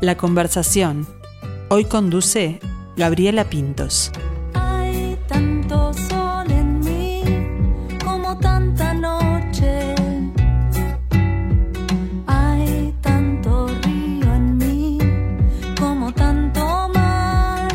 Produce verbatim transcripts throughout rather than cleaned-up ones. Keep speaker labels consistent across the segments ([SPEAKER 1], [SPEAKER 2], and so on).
[SPEAKER 1] La conversación. Hoy conduce Gabriela Pintos.
[SPEAKER 2] Hay tanto sol en mí como tanta noche. Hay tanto río en mí como tanto mar.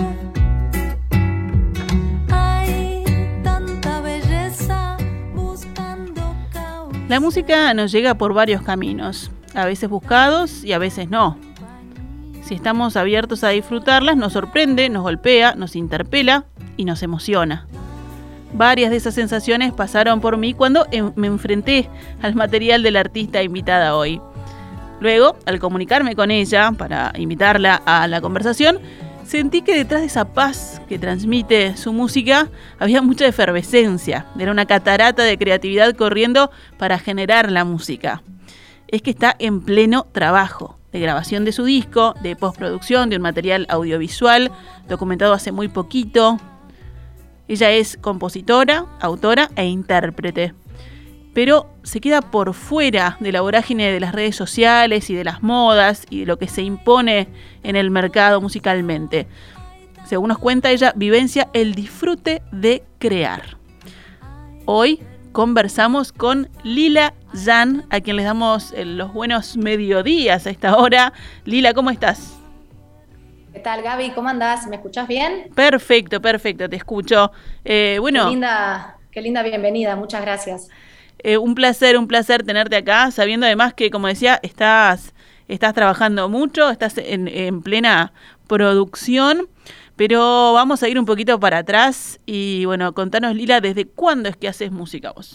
[SPEAKER 2] Hay tanta belleza buscando causa.
[SPEAKER 3] La música nos llega por varios caminos, a veces buscados y a veces no. Si estamos abiertos a disfrutarlas, nos sorprende, nos golpea, nos interpela y nos emociona. Varias de esas sensaciones pasaron por mí cuando en- me enfrenté al material de la artista invitada hoy. Luego, al comunicarme con ella para invitarla a la conversación, sentí que detrás de esa paz que transmite su música había mucha efervescencia. Era una catarata de creatividad corriendo para generar la música. Es que está en pleno trabajo de grabación de su disco, de postproducción de un material audiovisual documentado hace muy poquito. Ella es compositora, autora e intérprete, pero se queda por fuera de la vorágine de las redes sociales y de las modas y de lo que se impone en el mercado musicalmente. Según nos cuenta ella, vivencia el disfrute de crear. Hoy conversamos con Lila Yan, a quien les damos eh, los buenos mediodías a esta hora. Lila, ¿cómo estás?
[SPEAKER 4] ¿Qué tal, Gaby? ¿Cómo andás? ¿Me escuchás bien?
[SPEAKER 3] Perfecto, perfecto, te escucho. Eh, bueno,
[SPEAKER 4] Qué linda, qué linda bienvenida, muchas gracias.
[SPEAKER 3] eh, un placer, un placer tenerte acá, sabiendo además que, como decía, estás, estás trabajando mucho, estás en, en plena producción, pero vamos a ir un poquito para atrás y, bueno, contanos, Lila, ¿desde cuándo es que haces música vos?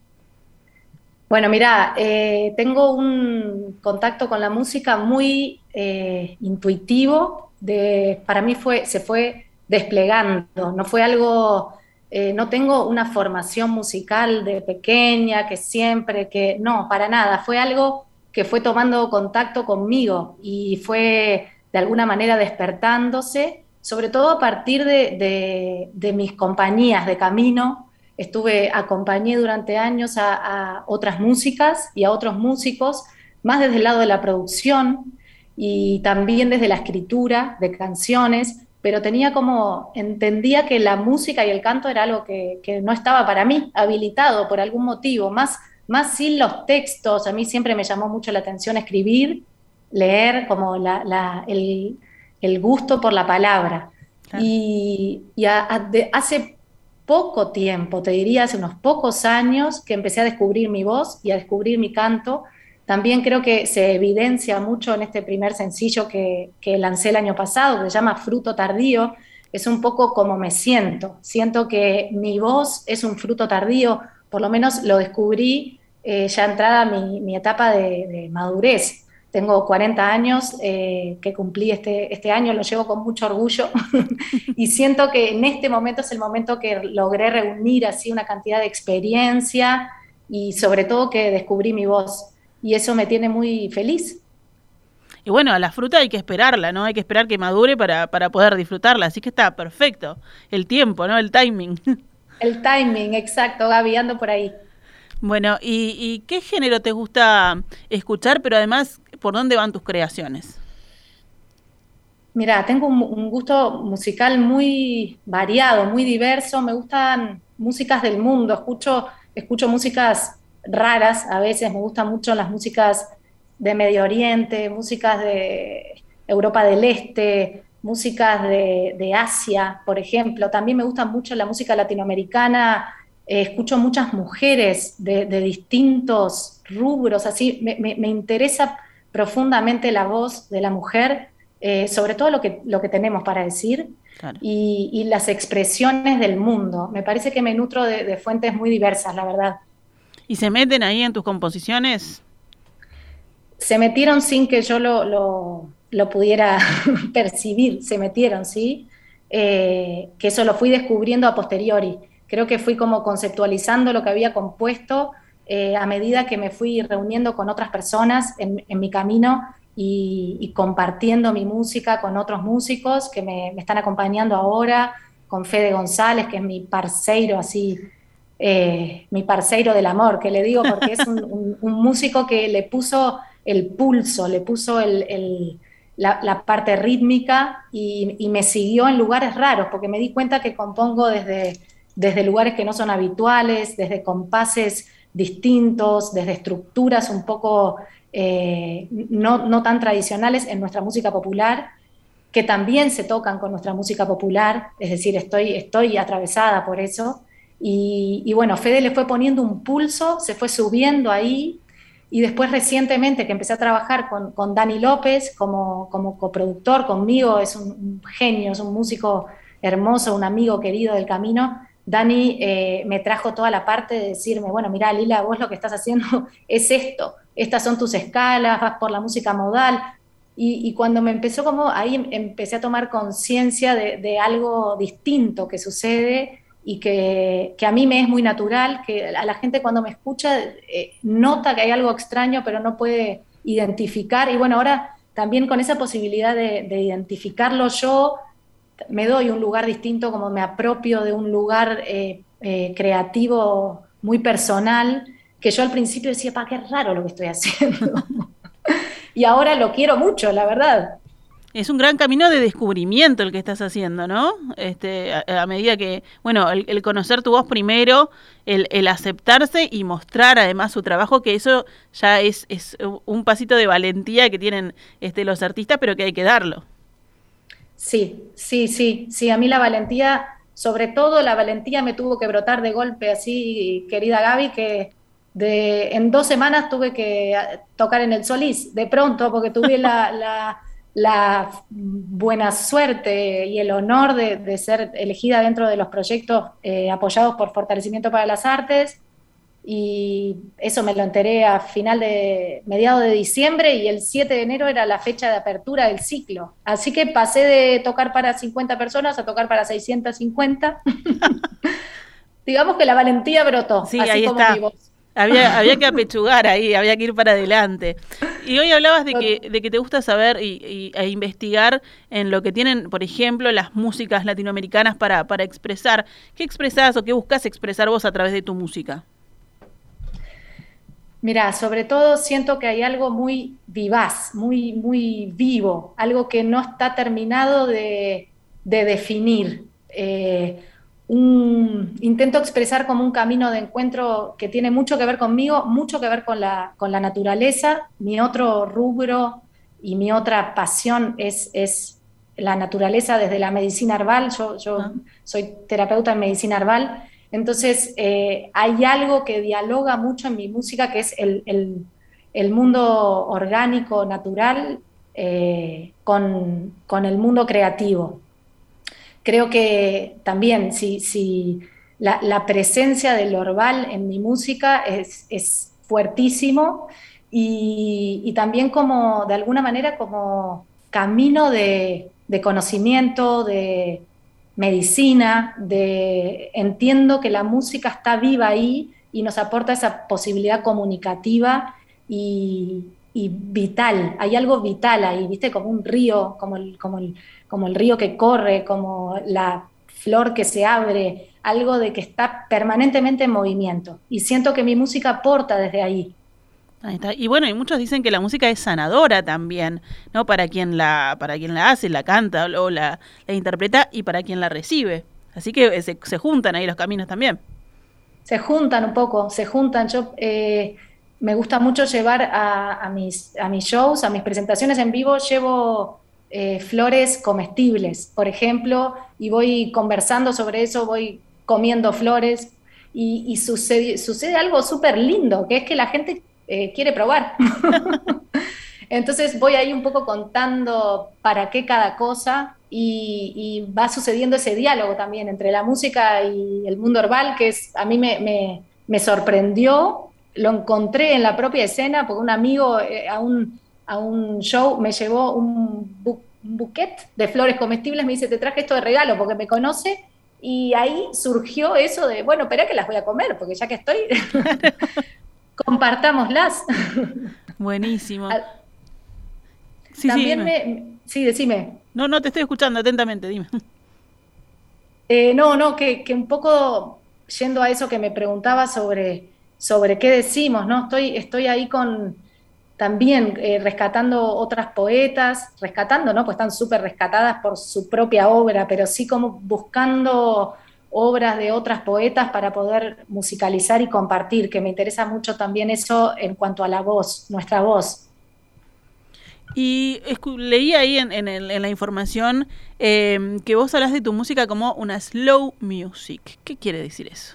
[SPEAKER 4] Bueno, mirá, eh, tengo un contacto con la música muy eh, intuitivo. De, para mí fue, se fue desplegando, no fue algo, eh, no tengo una formación musical de pequeña, que siempre, que no, para nada, fue algo que fue tomando contacto conmigo y fue de alguna manera despertándose, sobre todo a partir de, de, de mis compañías de camino. Estuve, acompañé durante años a, a otras músicas y a otros músicos, más desde el lado de la producción y también desde la escritura de canciones, pero tenía como, entendía que la música y el canto era algo que, que no estaba para mí habilitado por algún motivo, más, más sin los textos. A mí siempre me llamó mucho la atención escribir, leer, como la, la, el, el gusto por la palabra.
[SPEAKER 3] Claro.
[SPEAKER 4] Y, y a, a, de, hace poco tiempo, te diría hace unos pocos años, que empecé a descubrir mi voz y a descubrir mi canto. También creo que se evidencia mucho en este primer sencillo que, que lancé el año pasado, que se llama Fruto Tardío. Es un poco como me siento. Siento que mi voz es un fruto tardío, por lo menos lo descubrí eh, ya entrada mi, mi etapa de, de madurez. Tengo cuarenta años, eh, que cumplí este, este año, lo llevo con mucho orgullo y siento que en este momento es el momento que logré reunir así una cantidad de experiencia y sobre todo que descubrí mi voz y eso me tiene muy feliz.
[SPEAKER 3] Y bueno, a la fruta hay que esperarla, ¿no? Hay que esperar que madure para, para poder disfrutarla, así que está perfecto. El tiempo, ¿no? El timing.
[SPEAKER 4] El timing, exacto, Gaby, ando por ahí.
[SPEAKER 3] Bueno, ¿y, y qué género te gusta escuchar, pero además, por dónde van tus creaciones?
[SPEAKER 4] Mira, tengo un, un gusto musical muy variado, muy diverso. Me gustan músicas del mundo, escucho, escucho músicas raras a veces, me gustan mucho las músicas de Medio Oriente, músicas de Europa del Este, músicas de, de Asia, por ejemplo. También me gusta mucho la música latinoamericana. Eh, escucho muchas mujeres de, de distintos rubros, así me, me, me interesa profundamente la voz de la mujer, eh, sobre todo lo que, lo que tenemos para decir,
[SPEAKER 3] Claro.
[SPEAKER 4] y, y las expresiones del mundo. Me parece que me nutro de, de fuentes muy diversas, la verdad.
[SPEAKER 3] ¿Y se meten ahí en tus composiciones?
[SPEAKER 4] Se metieron sin que yo lo, lo, lo pudiera percibir, se metieron, ¿sí? Eh, que eso lo fui descubriendo a posteriori. Creo que fui como conceptualizando lo que había compuesto eh, a medida que me fui reuniendo con otras personas en, en mi camino y, y compartiendo mi música con otros músicos que me, me están acompañando ahora, con Fede González, que es mi parceiro así, eh, mi parceiro del amor, que le digo porque es un, un, un músico que le puso el pulso, le puso el, el, la, la parte rítmica y, y me siguió en lugares raros, porque me di cuenta que compongo desde, desde lugares que no son habituales, desde compases distintos, desde estructuras un poco eh, no, no tan tradicionales en nuestra música popular, que también se tocan con nuestra música popular, es decir, estoy, estoy atravesada por eso. Y, y bueno, Fede le fue poniendo un pulso, se fue subiendo ahí, y después recientemente que empecé a trabajar con, con Dani López como, como coproductor conmigo, es un, un genio, es un músico hermoso, un amigo querido del camino. Dani eh, me trajo toda la parte de decirme, bueno, mirá, Lila, vos lo que estás haciendo es esto, estas son tus escalas, vas por la música modal. Y, y cuando me empezó como, ahí empecé a tomar conciencia de, de algo distinto que sucede y que, que a mí me es muy natural, que a la gente cuando me escucha eh, nota que hay algo extraño, pero no puede identificar. Y bueno, ahora también con esa posibilidad de, de identificarlo yo, me doy un lugar distinto, como me apropio de un lugar eh, eh, creativo muy personal, que yo al principio decía, pa, qué raro lo que estoy haciendo. Y ahora lo quiero mucho, la verdad.
[SPEAKER 3] Es un gran camino de descubrimiento el que estás haciendo, ¿no? Este, a, a medida que, bueno, el, el conocer tu voz primero, el, el aceptarse y mostrar además su trabajo, que eso ya es, es un pasito de valentía que tienen este, los artistas, pero que hay que darlo.
[SPEAKER 4] Sí, sí, sí, sí, a mí la valentía, sobre todo la valentía me tuvo que brotar de golpe así, querida Gaby, que de, en dos semanas tuve que tocar en el Solís, de pronto, porque tuve la, la, la buena suerte y el honor de, de ser elegida dentro de los proyectos eh, apoyados por Fortalecimiento para las Artes, y eso me lo enteré a final de, mediados de diciembre, y el siete de enero era la fecha de apertura del ciclo. Así que pasé de tocar para cincuenta personas a tocar para seiscientas cincuenta. Digamos que la valentía brotó,
[SPEAKER 3] sí,
[SPEAKER 4] así
[SPEAKER 3] ahí
[SPEAKER 4] como
[SPEAKER 3] está.
[SPEAKER 4] mi voz.
[SPEAKER 3] Había, había que apechugar ahí, había que ir para adelante. Y hoy hablabas de que, de que te gusta saber y, y, e investigar en lo que tienen, por ejemplo, las músicas latinoamericanas para, para expresar. ¿Qué expresás o qué buscas expresar vos a través de tu música?
[SPEAKER 4] Mira, sobre todo siento que hay algo muy vivaz, muy, muy vivo, algo que no está terminado de, de definir. Eh, un, intento expresar como un camino de encuentro que tiene mucho que ver conmigo, mucho que ver con la, con la naturaleza. Mi otro rubro y mi otra pasión es, es la naturaleza desde la medicina herbal. Yo, yo ah. soy terapeuta en medicina herbal. Entonces, eh, hay algo que dialoga mucho en mi música, que es el, el, el mundo orgánico, natural, eh, con, con el mundo creativo. Creo que también, si, si la, la presencia del herbal en mi música es, es fuertísimo, y, y también como, de alguna manera, como camino de, de conocimiento, de medicina, de entiendo que la música está viva ahí y nos aporta esa posibilidad comunicativa y, y vital. Hay algo vital ahí, ¿viste? Como un río, como el, como el, como el río que corre, como la flor que se abre, algo de que está permanentemente en movimiento. Y siento que mi música aporta desde ahí.
[SPEAKER 3] Ahí está. Y bueno, y muchos dicen que la música es sanadora también, ¿no? Para quien la, para quien la hace, la canta o la, la interpreta, y para quien la recibe. Así que se, se juntan ahí los caminos también.
[SPEAKER 4] Se juntan un poco, se juntan. Yo eh, me gusta mucho llevar a, a, mis, a mis shows, a mis presentaciones en vivo, llevo eh, flores comestibles, por ejemplo, y voy conversando sobre eso, voy comiendo flores, y, y sucede, sucede algo súper lindo, que es que la gente Eh, quiere probar. Entonces voy ahí un poco contando para qué cada cosa, y, y va sucediendo ese diálogo también entre la música y el mundo herbal, que es, a mí me, me, me sorprendió, lo encontré en la propia escena, porque un amigo eh, a, un, a un show me llevó un, bu un buquet de flores comestibles, me dice, te traje esto de regalo porque me conoce, y ahí surgió eso de, bueno, espera que las voy a comer, porque ya que estoy... compartámoslas.
[SPEAKER 3] Buenísimo.
[SPEAKER 4] Sí, También sí, me, sí, decime.
[SPEAKER 3] No, no, te estoy escuchando atentamente, dime.
[SPEAKER 4] Eh, no, no, que, que un poco yendo a eso que me preguntaba sobre, sobre qué decimos, ¿no? Estoy, estoy ahí con, también eh, rescatando otras poetas, rescatando, ¿no? Pues están súper rescatadas por su propia obra, pero sí como buscando obras de otras poetas para poder musicalizar y compartir, que me interesa mucho también eso en cuanto a la voz, nuestra voz.
[SPEAKER 3] Y escu- leí ahí en, en, el- en la información eh, que vos hablas de tu música como una slow music. ¿Qué quiere decir eso?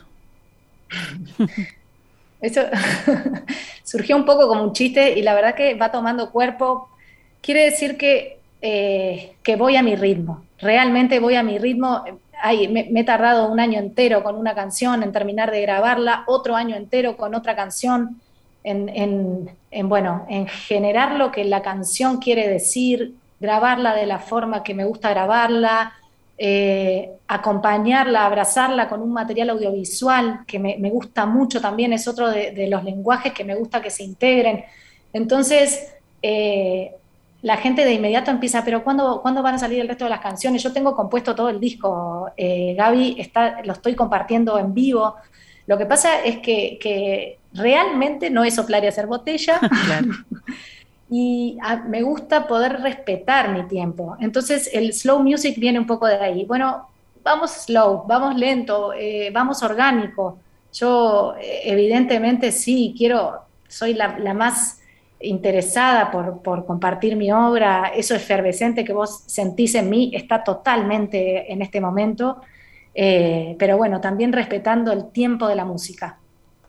[SPEAKER 4] Eso surgió un poco como un chiste y la verdad que va tomando cuerpo. Quiere decir que, eh, que voy a mi ritmo, realmente voy a mi ritmo. Ay, me, me he tardado un año entero con una canción en terminar de grabarla, otro año entero con otra canción, en, en, en, bueno, en generar lo que la canción quiere decir, grabarla de la forma que me gusta grabarla, eh, acompañarla, abrazarla con un material audiovisual que me, me gusta mucho también, es otro de, de, los lenguajes que me gusta que se integren. Entonces, eh, la gente de inmediato empieza, pero ¿cuándo, ¿cuándo van a salir el resto de las canciones? Yo tengo compuesto todo el disco, eh, Gaby, está, lo estoy compartiendo en vivo. Lo que pasa es que, que realmente no es soplar y hacer botella.
[SPEAKER 3] Claro.
[SPEAKER 4] Y a, me gusta poder respetar mi tiempo. Entonces el slow music viene un poco de ahí. Bueno, vamos slow, vamos lento, eh, vamos orgánico. Yo eh, evidentemente sí, quiero, soy la, la más interesada por, por compartir mi obra. Eso efervescente que vos sentís en mí está totalmente en este momento. Eh, pero bueno, también respetando el tiempo de la música.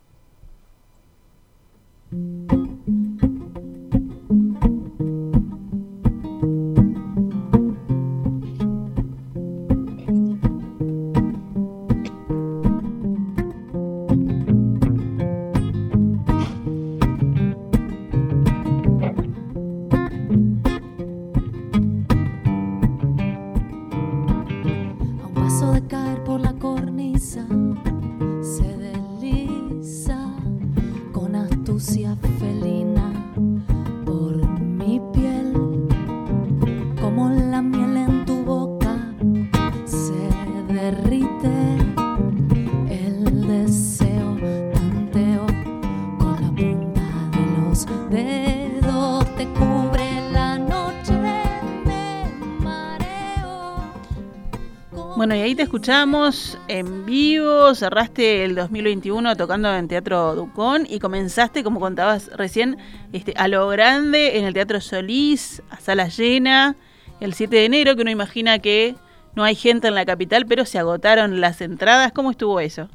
[SPEAKER 3] Bueno, y ahí te escuchamos en vivo, cerraste el dos mil veintiuno tocando en Teatro Ducón y comenzaste, como contabas recién, este, a lo grande en el Teatro Solís, a sala llena, el siete de enero, que uno imagina que no hay gente en la capital, pero se agotaron las entradas. ¿Cómo estuvo eso?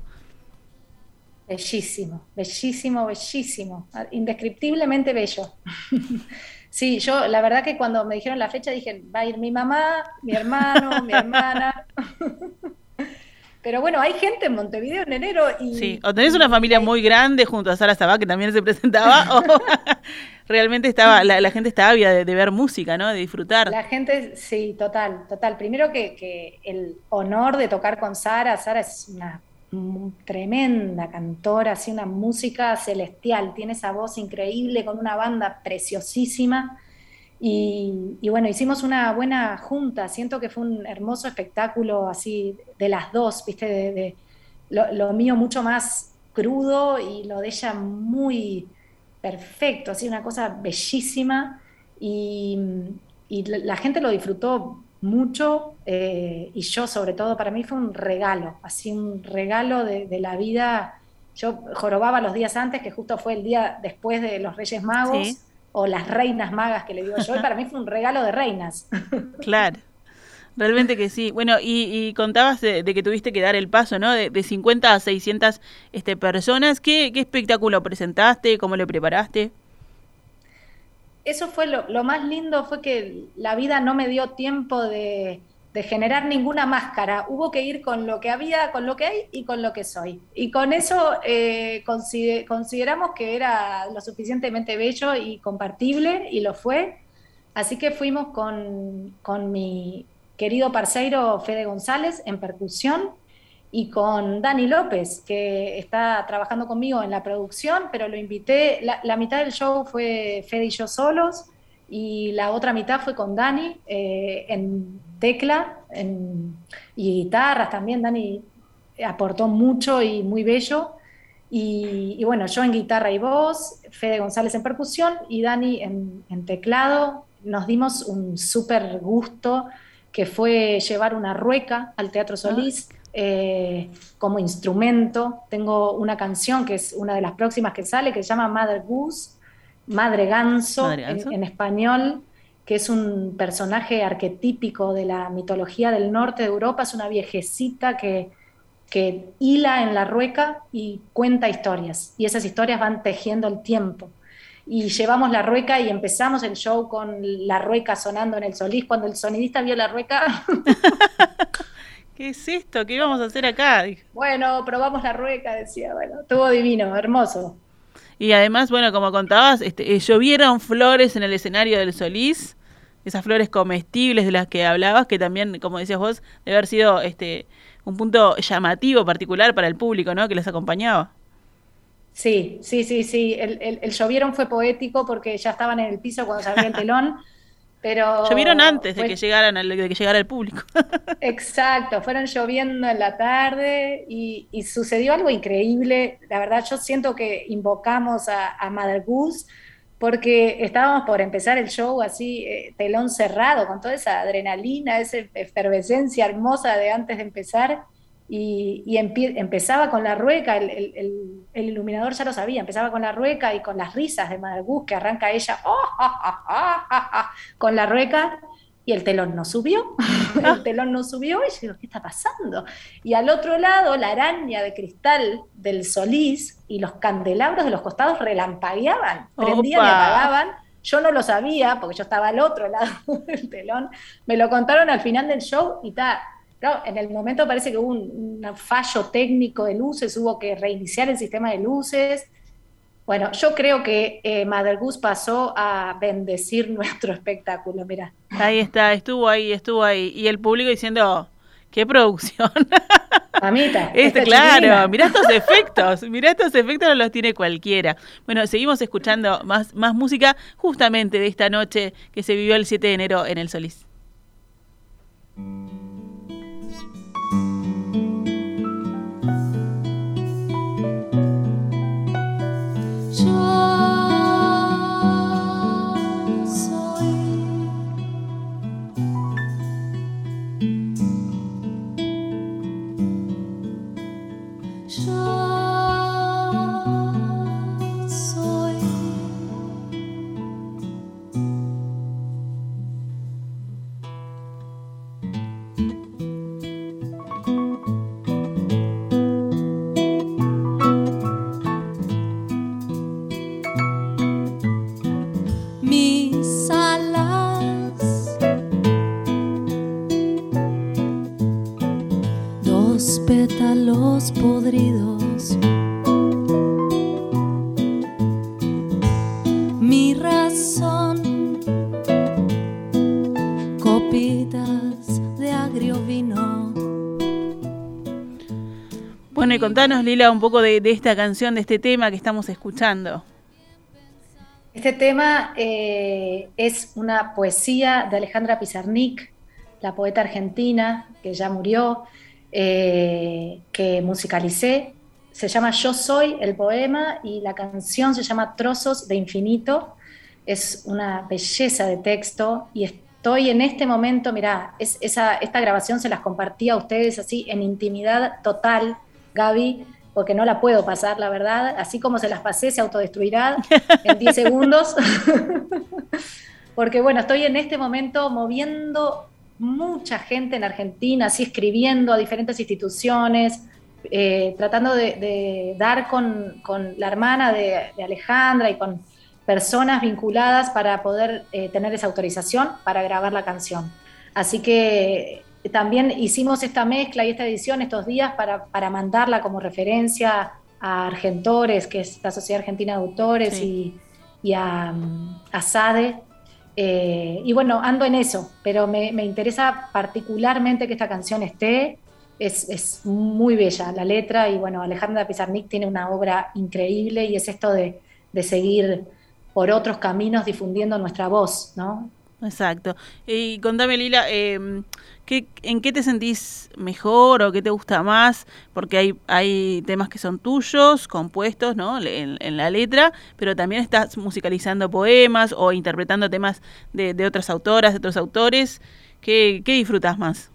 [SPEAKER 4] Bellísimo, bellísimo, bellísimo, indescriptiblemente bello. Sí, yo la verdad que cuando me dijeron la fecha dije, va a ir mi mamá, mi hermano, mi hermana. Pero bueno, hay gente en Montevideo en enero y...
[SPEAKER 3] Sí, o tenés una familia muy grande junto a Sara Sabá, que también se presentaba, o realmente estaba, la, la gente estaba ávida de, de ver música, ¿no? De disfrutar.
[SPEAKER 4] La gente, sí, total, total. Primero que, que el honor de tocar con Sara, Sara es una tremenda cantora, así una música celestial, tiene esa voz increíble con una banda preciosísima y, y bueno, hicimos una buena junta, siento que fue un hermoso espectáculo así de las dos, viste, de, de lo, lo mío mucho más crudo y lo de ella muy perfecto, así una cosa bellísima y, y la, la gente lo disfrutó mucho, eh, y yo sobre todo, para mí fue un regalo, así un regalo de, de la vida. Yo jorobaba los días antes, que justo fue el día después de los Reyes Magos, sí, o las Reinas Magas que le digo yo, y para mí fue un regalo de reinas.
[SPEAKER 3] Claro, realmente que sí. Bueno, y, y contabas de, de que tuviste que dar el paso, ¿no? De, de cincuenta a seiscientas este, personas. ¿Qué, qué espectáculo presentaste? ¿Cómo lo preparaste?
[SPEAKER 4] Eso fue lo, lo más lindo, fue que la vida no me dio tiempo de, de generar ninguna máscara. Hubo que ir con lo que había, con lo que hay y con lo que soy. Y con eso eh, consider, consideramos que era lo suficientemente bello y compartible, y lo fue. Así que fuimos con, con mi querido parceiro Fede González en percusión, y con Dani López, que está trabajando conmigo en la producción, pero lo invité, la, la mitad del show fue Fede y yo solos, y la otra mitad fue con Dani, eh, en tecla en, y guitarras también. Dani aportó mucho y muy bello, Y, y bueno, yo en guitarra y voz, Fede González en percusión y Dani en, en teclado. Nos dimos un súper gusto que fue llevar una rueca al Teatro
[SPEAKER 3] Ah,
[SPEAKER 4] Solís eh, como instrumento. Tengo una canción que es una de las próximas que sale, que se llama Mother Goose, Madre Ganso
[SPEAKER 3] Madre
[SPEAKER 4] en,
[SPEAKER 3] Ganso.
[SPEAKER 4] en español, que es un personaje arquetípico de la mitología del norte de Europa. Es una viejecita que, que hila en la rueca y cuenta historias, y esas historias van tejiendo el tiempo. Y llevamos la rueca y empezamos el show con la rueca sonando en el Solís. Cuando el sonidista vio la rueca,
[SPEAKER 3] ¿Qué es esto? ¿Qué íbamos a hacer acá? Dijo.
[SPEAKER 4] bueno, probamos la rueca, decía, bueno, estuvo divino, hermoso.
[SPEAKER 3] Y además, bueno, como contabas, este, eh, llovieron flores en el escenario del Solís, esas flores comestibles de las que hablabas, que también, como decías vos, debe haber sido este un punto llamativo particular para el público, ¿no? Que les acompañaba.
[SPEAKER 4] Sí, sí, sí, sí. El, el, el llovieron fue poético porque ya estaban en el piso cuando se abría el telón,
[SPEAKER 3] Llovieron
[SPEAKER 4] pero
[SPEAKER 3] antes de que
[SPEAKER 4] fue
[SPEAKER 3] llegaran al- de que llegara el público.
[SPEAKER 4] exacto, fueron lloviendo en la tarde y, y sucedió algo increíble. La verdad, yo siento que invocamos a, a Mother Goose porque estábamos por empezar el show así, eh, telón cerrado, con toda esa adrenalina, esa efervescencia hermosa de antes de empezar. Y, y empie- empezaba con la rueca, el, el- el- el iluminador ya lo sabía, empezaba con la rueca y con las risas de Mother Goose, que arranca ella ¡oh, ja, ja, ja, ja, ja! Con la rueca, y el telón no subió, el
[SPEAKER 3] Ah,
[SPEAKER 4] telón no subió, y yo digo, ¿qué está pasando? Y al otro lado, la araña de cristal del Solís y los candelabros de los costados relampagueaban, prendían y
[SPEAKER 3] opa.
[SPEAKER 4] apagaban. Yo no lo sabía, porque yo estaba al otro lado del telón, me lo contaron al final del show y ta, claro, en el momento parece que hubo un, un fallo técnico de luces, hubo que reiniciar el sistema de luces. Bueno, yo creo que eh, Mother Goose pasó a bendecir nuestro espectáculo, mira.
[SPEAKER 3] Ahí está, estuvo ahí, estuvo ahí. Y el público diciendo, qué producción.
[SPEAKER 4] Mamita,
[SPEAKER 3] Este,
[SPEAKER 4] esta
[SPEAKER 3] claro,
[SPEAKER 4] chiquilina.
[SPEAKER 3] mirá estos efectos, mirá estos efectos, no los tiene cualquiera. Bueno, seguimos escuchando más, más música justamente de esta noche que se vivió el siete de enero en el Solís.
[SPEAKER 2] Yo soy yo soy mis alas, dos pétalos podridos, mi razón, copitas de agrio vino.
[SPEAKER 3] Bueno, y contanos, Lila, un poco de, de esta canción, de este tema que estamos escuchando.
[SPEAKER 4] Este tema eh, es una poesía de Alejandra Pizarnik, la poeta argentina que ya murió, eh, que musicalicé. Se llama Yo Soy el poema y la canción se llama Trozos de Infinito. Es una belleza de texto y estoy en este momento, mirá, es, esa, esta grabación se las compartí a ustedes así en intimidad total, Gaby, porque no la puedo pasar, la verdad. Así como se las pasé, se autodestruirá en diez segundos. Porque bueno, estoy en este momento moviendo mucha gente en Argentina, así escribiendo a diferentes instituciones, eh, tratando de, de dar con, con, la hermana de, de Alejandra y con personas vinculadas para poder eh, tener esa autorización para grabar la canción. Así que también hicimos esta mezcla y esta edición estos días para, para mandarla como referencia a Argentores, que es la Sociedad Argentina de Autores,
[SPEAKER 3] Sí.
[SPEAKER 4] y, y a, a SADE. Eh, y bueno, ando en eso, pero me, me interesa particularmente que esta canción esté. Es, es muy bella la letra y bueno, Alejandra Pizarnik tiene una obra increíble y es esto de, de seguir por otros caminos difundiendo nuestra voz, ¿no?
[SPEAKER 3] Exacto. Y contame, Lila, eh, ¿qué, ¿en qué te sentís mejor o qué te gusta más? Porque hay, hay temas que son tuyos, compuestos, ¿no? En, en la letra, pero también estás musicalizando poemas o interpretando temas de, de otras autoras, de otros autores. ¿Qué, qué disfrutas más?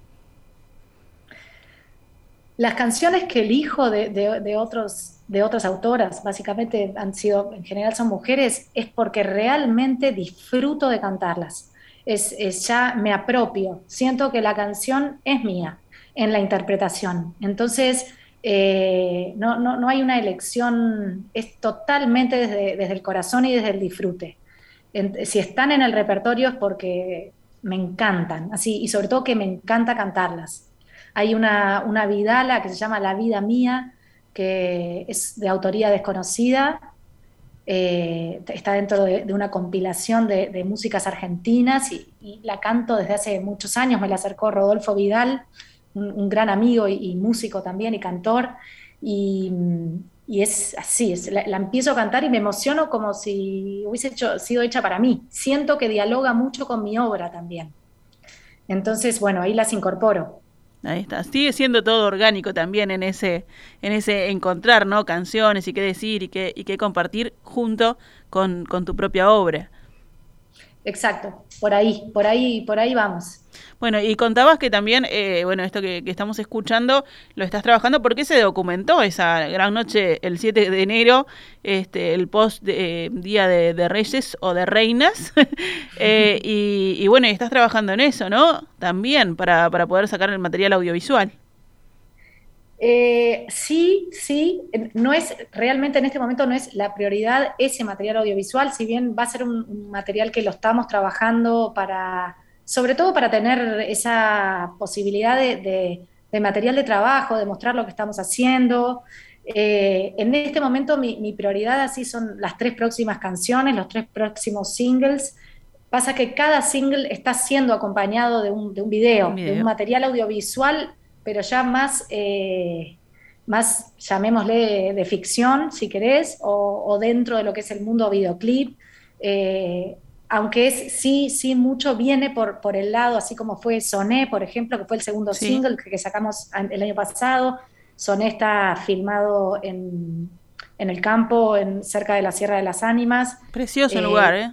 [SPEAKER 4] Las canciones que elijo de, de, de otros, de otras autoras, básicamente han sido, en general son mujeres, es porque realmente disfruto de cantarlas. Es, es ya me apropio, siento que la canción es mía en la interpretación. Entonces, eh, no, no, no hay una elección, es totalmente desde, desde el corazón y desde el disfrute. En, si están en el repertorio es porque me encantan, así, y sobre todo que me encanta cantarlas. Hay una, una vidala que se llama La Vida Mía, que es de autoría desconocida, eh, está dentro de, de una compilación de, de músicas argentinas y, y la canto desde hace muchos años, me la acercó Rodolfo Vidal, un, un gran amigo y, y músico también y cantor, y, y es así, es, la, la empiezo a cantar y me emociono como si hubiese hecho, sido hecha para mí. Siento que dialoga mucho con mi obra también. Entonces, bueno, ahí las incorporo.
[SPEAKER 3] Ahí está. Sigue siendo todo orgánico también en ese, en ese encontrar, ¿no? Canciones y qué decir y qué, y qué compartir junto con, con tu propia obra.
[SPEAKER 4] Exacto, por ahí, por ahí, por ahí vamos.
[SPEAKER 3] Bueno, y contabas que también, eh, bueno, esto que, que estamos escuchando, lo estás trabajando porque se documentó esa gran noche, el siete de enero, este, el post de, eh, Día de, de Reyes o de Reinas, eh, y, y bueno, y estás trabajando en eso, ¿no? También para, para poder sacar el material audiovisual.
[SPEAKER 4] Eh, sí, sí, no es, realmente en este momento no es la prioridad ese material audiovisual, si bien va a ser un, un material que lo estamos trabajando para, sobre todo para tener esa posibilidad de, de, de material de trabajo, de mostrar lo que estamos haciendo. Eh, en este momento mi, mi prioridad así son las tres próximas canciones, los tres próximos singles. Pasa que cada single está siendo acompañado de un, de un video,
[SPEAKER 3] Un video.
[SPEAKER 4] de un material audiovisual, pero ya más, eh, más llamémosle, de ficción, si querés, o, o dentro de lo que es el mundo videoclip. Eh, aunque es sí, sí mucho viene por, por el lado, así como fue Soné, por ejemplo, que fue el segundo
[SPEAKER 3] Sí.
[SPEAKER 4] single que, que sacamos el año pasado. Soné está filmado en, en el campo, en, cerca de la Sierra de las Ánimas.
[SPEAKER 3] Precioso
[SPEAKER 4] Eh,
[SPEAKER 3] lugar, ¿eh?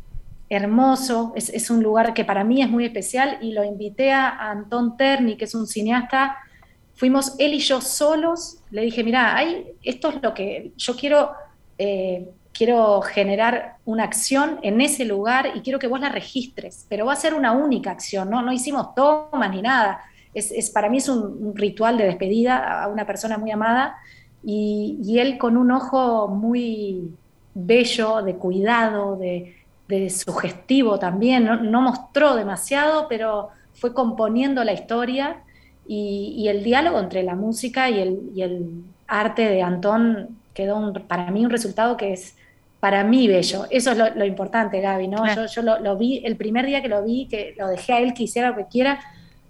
[SPEAKER 4] Hermoso, es, es un lugar que para mí es muy especial y lo invité a Antón Terni, que es un cineasta. Fuimos él y yo solos, le dije, mirá, hay, esto es lo que yo quiero, eh, quiero generar una acción en ese lugar y quiero que vos la registres, pero va a ser una única acción, no, no hicimos tomas ni nada, es, es, para mí es un, un ritual de despedida a una persona muy amada y, y él con un ojo muy bello, de cuidado, de de sugestivo también, no, no mostró demasiado, pero fue componiendo la historia y, y el diálogo entre la música y el, y el arte de Antón quedó un, para mí un resultado que es para mí bello. Eso es lo, lo importante, Gaby, ¿no?
[SPEAKER 3] Claro.
[SPEAKER 4] Yo, yo lo, lo vi, el primer día que lo vi, que lo dejé a él que hiciera lo que quiera,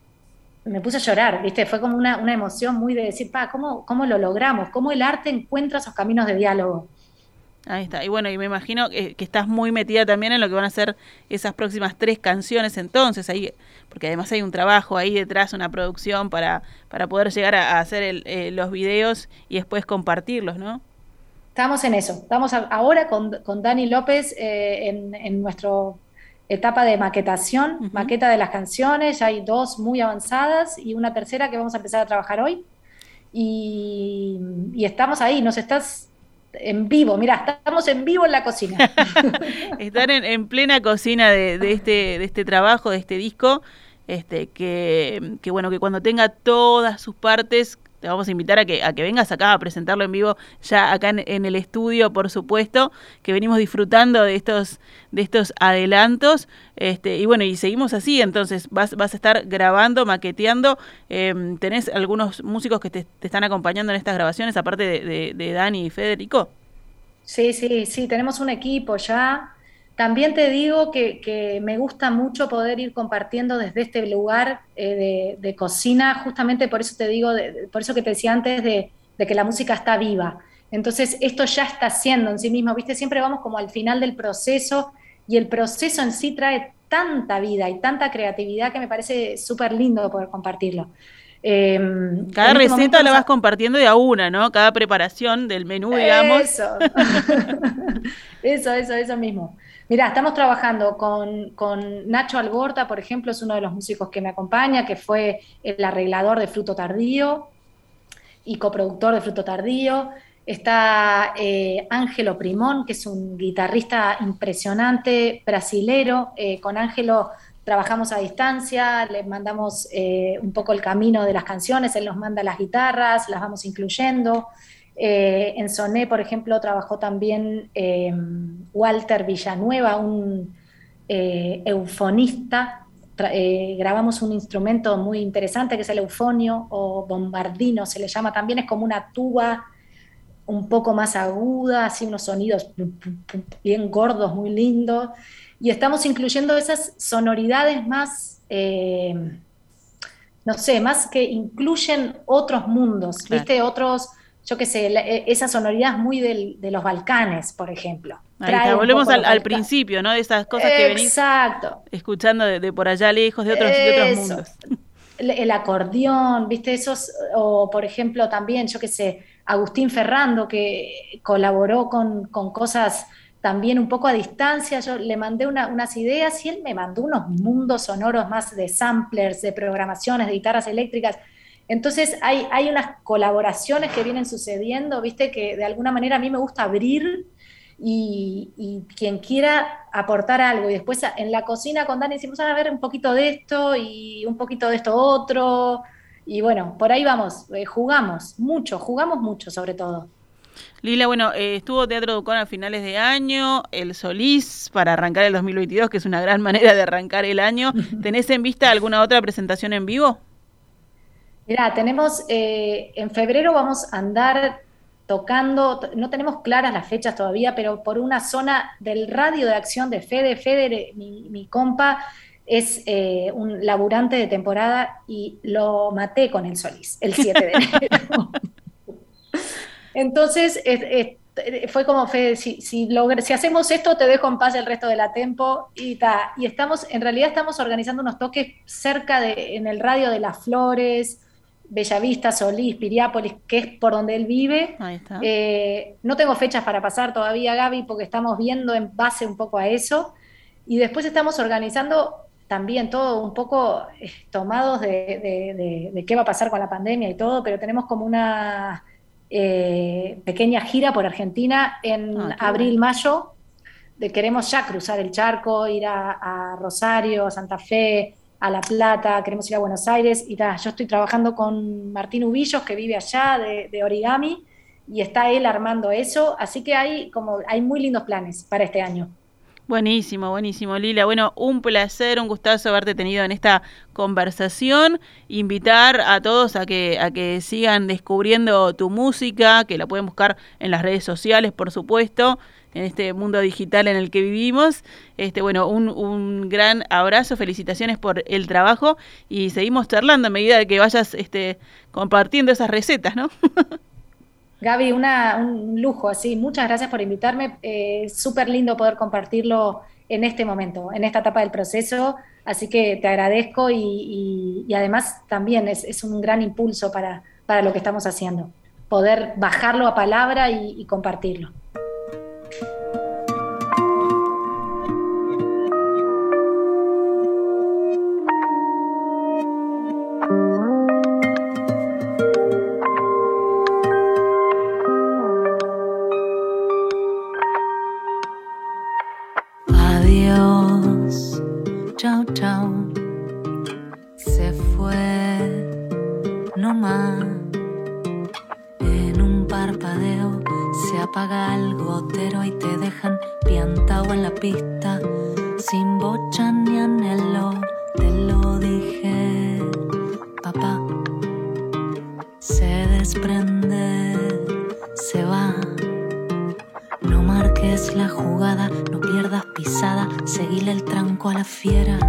[SPEAKER 4] me puse a llorar, ¿viste? Fue como una, una emoción muy de decir, pa, ¿cómo, ¿cómo lo logramos? ¿Cómo el arte encuentra esos caminos de diálogo?
[SPEAKER 3] Ahí está. Y bueno, y me imagino que, que estás muy metida también en lo que van a ser esas próximas tres canciones entonces, ahí, porque además hay un trabajo ahí detrás, una producción para, para poder llegar a, a hacer el, eh, los videos y después compartirlos, ¿no?
[SPEAKER 4] Estamos en eso. Estamos a, ahora con, con Dani López eh, en, en nuestra etapa de maquetación, uh-huh. maqueta de las canciones. Ya hay dos muy avanzadas y una tercera que vamos a empezar a trabajar hoy. Y, y estamos ahí, nos estás en vivo, mirá, estamos en vivo en la cocina.
[SPEAKER 3] Están en, en plena cocina de, de este de este trabajo, de este disco, este que, que bueno, que cuando tenga todas sus partes, te vamos a invitar a que a que vengas acá a presentarlo en vivo, ya acá en, en el estudio, por supuesto, que venimos disfrutando de estos de estos adelantos, este y bueno, y seguimos así, entonces vas vas a estar grabando, maqueteando, eh, tenés algunos músicos que te, te están acompañando en estas grabaciones, aparte de, de, de Dani y Federico.
[SPEAKER 4] Sí, sí, sí, tenemos un equipo ya. También te digo que, que me gusta mucho poder ir compartiendo desde este lugar eh, de, de cocina, justamente por eso te digo, de, por eso que te decía antes de, de que la música está viva. Entonces esto ya está haciendo en sí mismo, ¿viste? Siempre vamos como al final del proceso y el proceso en sí trae tanta vida y tanta creatividad que me parece súper lindo poder compartirlo. Eh,
[SPEAKER 3] Cada
[SPEAKER 4] este
[SPEAKER 3] receta la vas
[SPEAKER 4] a...
[SPEAKER 3] compartiendo de a una, ¿no? Cada preparación del menú, digamos.
[SPEAKER 4] Eso, eso, eso, eso mismo. Mirá, estamos trabajando con, con Nacho Alborta, por ejemplo, es uno de los músicos que me acompaña, que fue el arreglador de Fruto Tardío y coproductor de Fruto Tardío. Está eh, Ángelo Primón, que es un guitarrista impresionante, brasilero. Eh, con Ángelo trabajamos a distancia, le mandamos eh, un poco el camino de las canciones, él nos manda las guitarras, las vamos incluyendo. Eh, en Soné, por ejemplo, trabajó también eh, Walter Villanueva, un eh, eufonista. Tra- eh, grabamos un instrumento muy interesante que es el eufonio o bombardino, se le llama también, es como una tuba un poco más aguda, así unos sonidos bien gordos, muy lindos, y estamos incluyendo esas sonoridades más, eh, no sé, más que incluyen otros mundos,
[SPEAKER 3] Claro.
[SPEAKER 4] ¿viste? Otros, yo qué sé, la, esa sonoridad muy del, de los Balcanes, por ejemplo.
[SPEAKER 3] Ahí
[SPEAKER 4] Trae
[SPEAKER 3] está,
[SPEAKER 4] un
[SPEAKER 3] volvemos
[SPEAKER 4] poco
[SPEAKER 3] al,
[SPEAKER 4] los
[SPEAKER 3] al
[SPEAKER 4] Balcanes.
[SPEAKER 3] principio, ¿no? De esas cosas que venís
[SPEAKER 4] Exacto.
[SPEAKER 3] escuchando de, de por allá lejos, de otros, de otros
[SPEAKER 4] Eso.
[SPEAKER 3] mundos.
[SPEAKER 4] El, el acordeón, ¿viste? Esos, o por ejemplo también, yo qué sé, Agustín Ferrando, que colaboró con, con cosas también un poco a distancia. Yo le mandé una, unas ideas y él me mandó unos mundos sonoros más de samplers, de programaciones, de guitarras eléctricas. Entonces hay, hay unas colaboraciones que vienen sucediendo, ¿viste? Que de alguna manera a mí me gusta abrir y, y quien quiera aportar algo. Y después en la cocina con Dani decimos, a ver, un poquito de esto y un poquito de esto otro. Y bueno, por ahí vamos, eh, jugamos mucho, jugamos mucho sobre todo.
[SPEAKER 3] Lila, bueno, eh, estuvo Teatro Ducón a finales de año, el Solís para arrancar el dos mil veintidós, que es una gran manera de arrancar el año. ¿Tenés en vista alguna otra presentación en vivo?
[SPEAKER 4] Mirá, tenemos, eh, en febrero vamos a andar tocando, no tenemos claras las fechas todavía, pero por una zona del radio de acción de Fede. Fede, mi, mi compa, es eh, un laburante de temporada y lo maté con el Solís el siete de enero. Entonces, es, es, fue como, Fede, si, si, logre, si hacemos esto, te dejo en paz el resto de la tempo. Y, ta, y estamos, en realidad estamos organizando unos toques cerca de, en el radio de Las Flores, Bellavista, Solís, Piriápolis, que es por donde él vive.
[SPEAKER 3] Ahí está.
[SPEAKER 4] Eh, no tengo fechas para pasar todavía, Gaby, porque estamos viendo en base un poco a eso. Y después estamos organizando también todo un poco eh, tomados de, de, de, de qué va a pasar con la pandemia y todo, pero tenemos como una eh, pequeña gira por Argentina en
[SPEAKER 3] Ah,
[SPEAKER 4] abril,
[SPEAKER 3] bueno.
[SPEAKER 4] mayo. De, queremos ya cruzar el charco, ir a, a Rosario, a Santa Fe, a La Plata, queremos ir a Buenos Aires. Y ta, yo estoy trabajando con Martín Ubillos, que vive allá, de, de Origami, y está él armando eso. Así que hay, como, hay muy lindos planes para este año.
[SPEAKER 3] Buenísimo, buenísimo, Lila. Bueno, un placer, un gustazo haberte tenido en esta conversación. Invitar a todos a que a que sigan descubriendo tu música, que la pueden buscar en las redes sociales, por supuesto, en este mundo digital en el que vivimos. Este, bueno, un, un gran abrazo, felicitaciones por el trabajo y seguimos charlando a medida de que vayas este, compartiendo esas recetas, ¿no?
[SPEAKER 4] Gaby, una, un lujo, así. Muchas gracias por invitarme. Eh, súper lindo poder compartirlo en este momento, en esta etapa del proceso. Así que te agradezco y, y, y además también es, es un gran impulso para, para lo que estamos haciendo. Poder bajarlo a palabra y, y compartirlo.
[SPEAKER 2] Adiós, chau, chau, se fue, no más. En un parpadeo se apaga el gotero y te dejan piantao en la pista, sin bocha ni anhelo. Te lo dije, papá, se desprende, se va. No marques la jugada, no pierdas pisada, seguile el tranco a la fiera.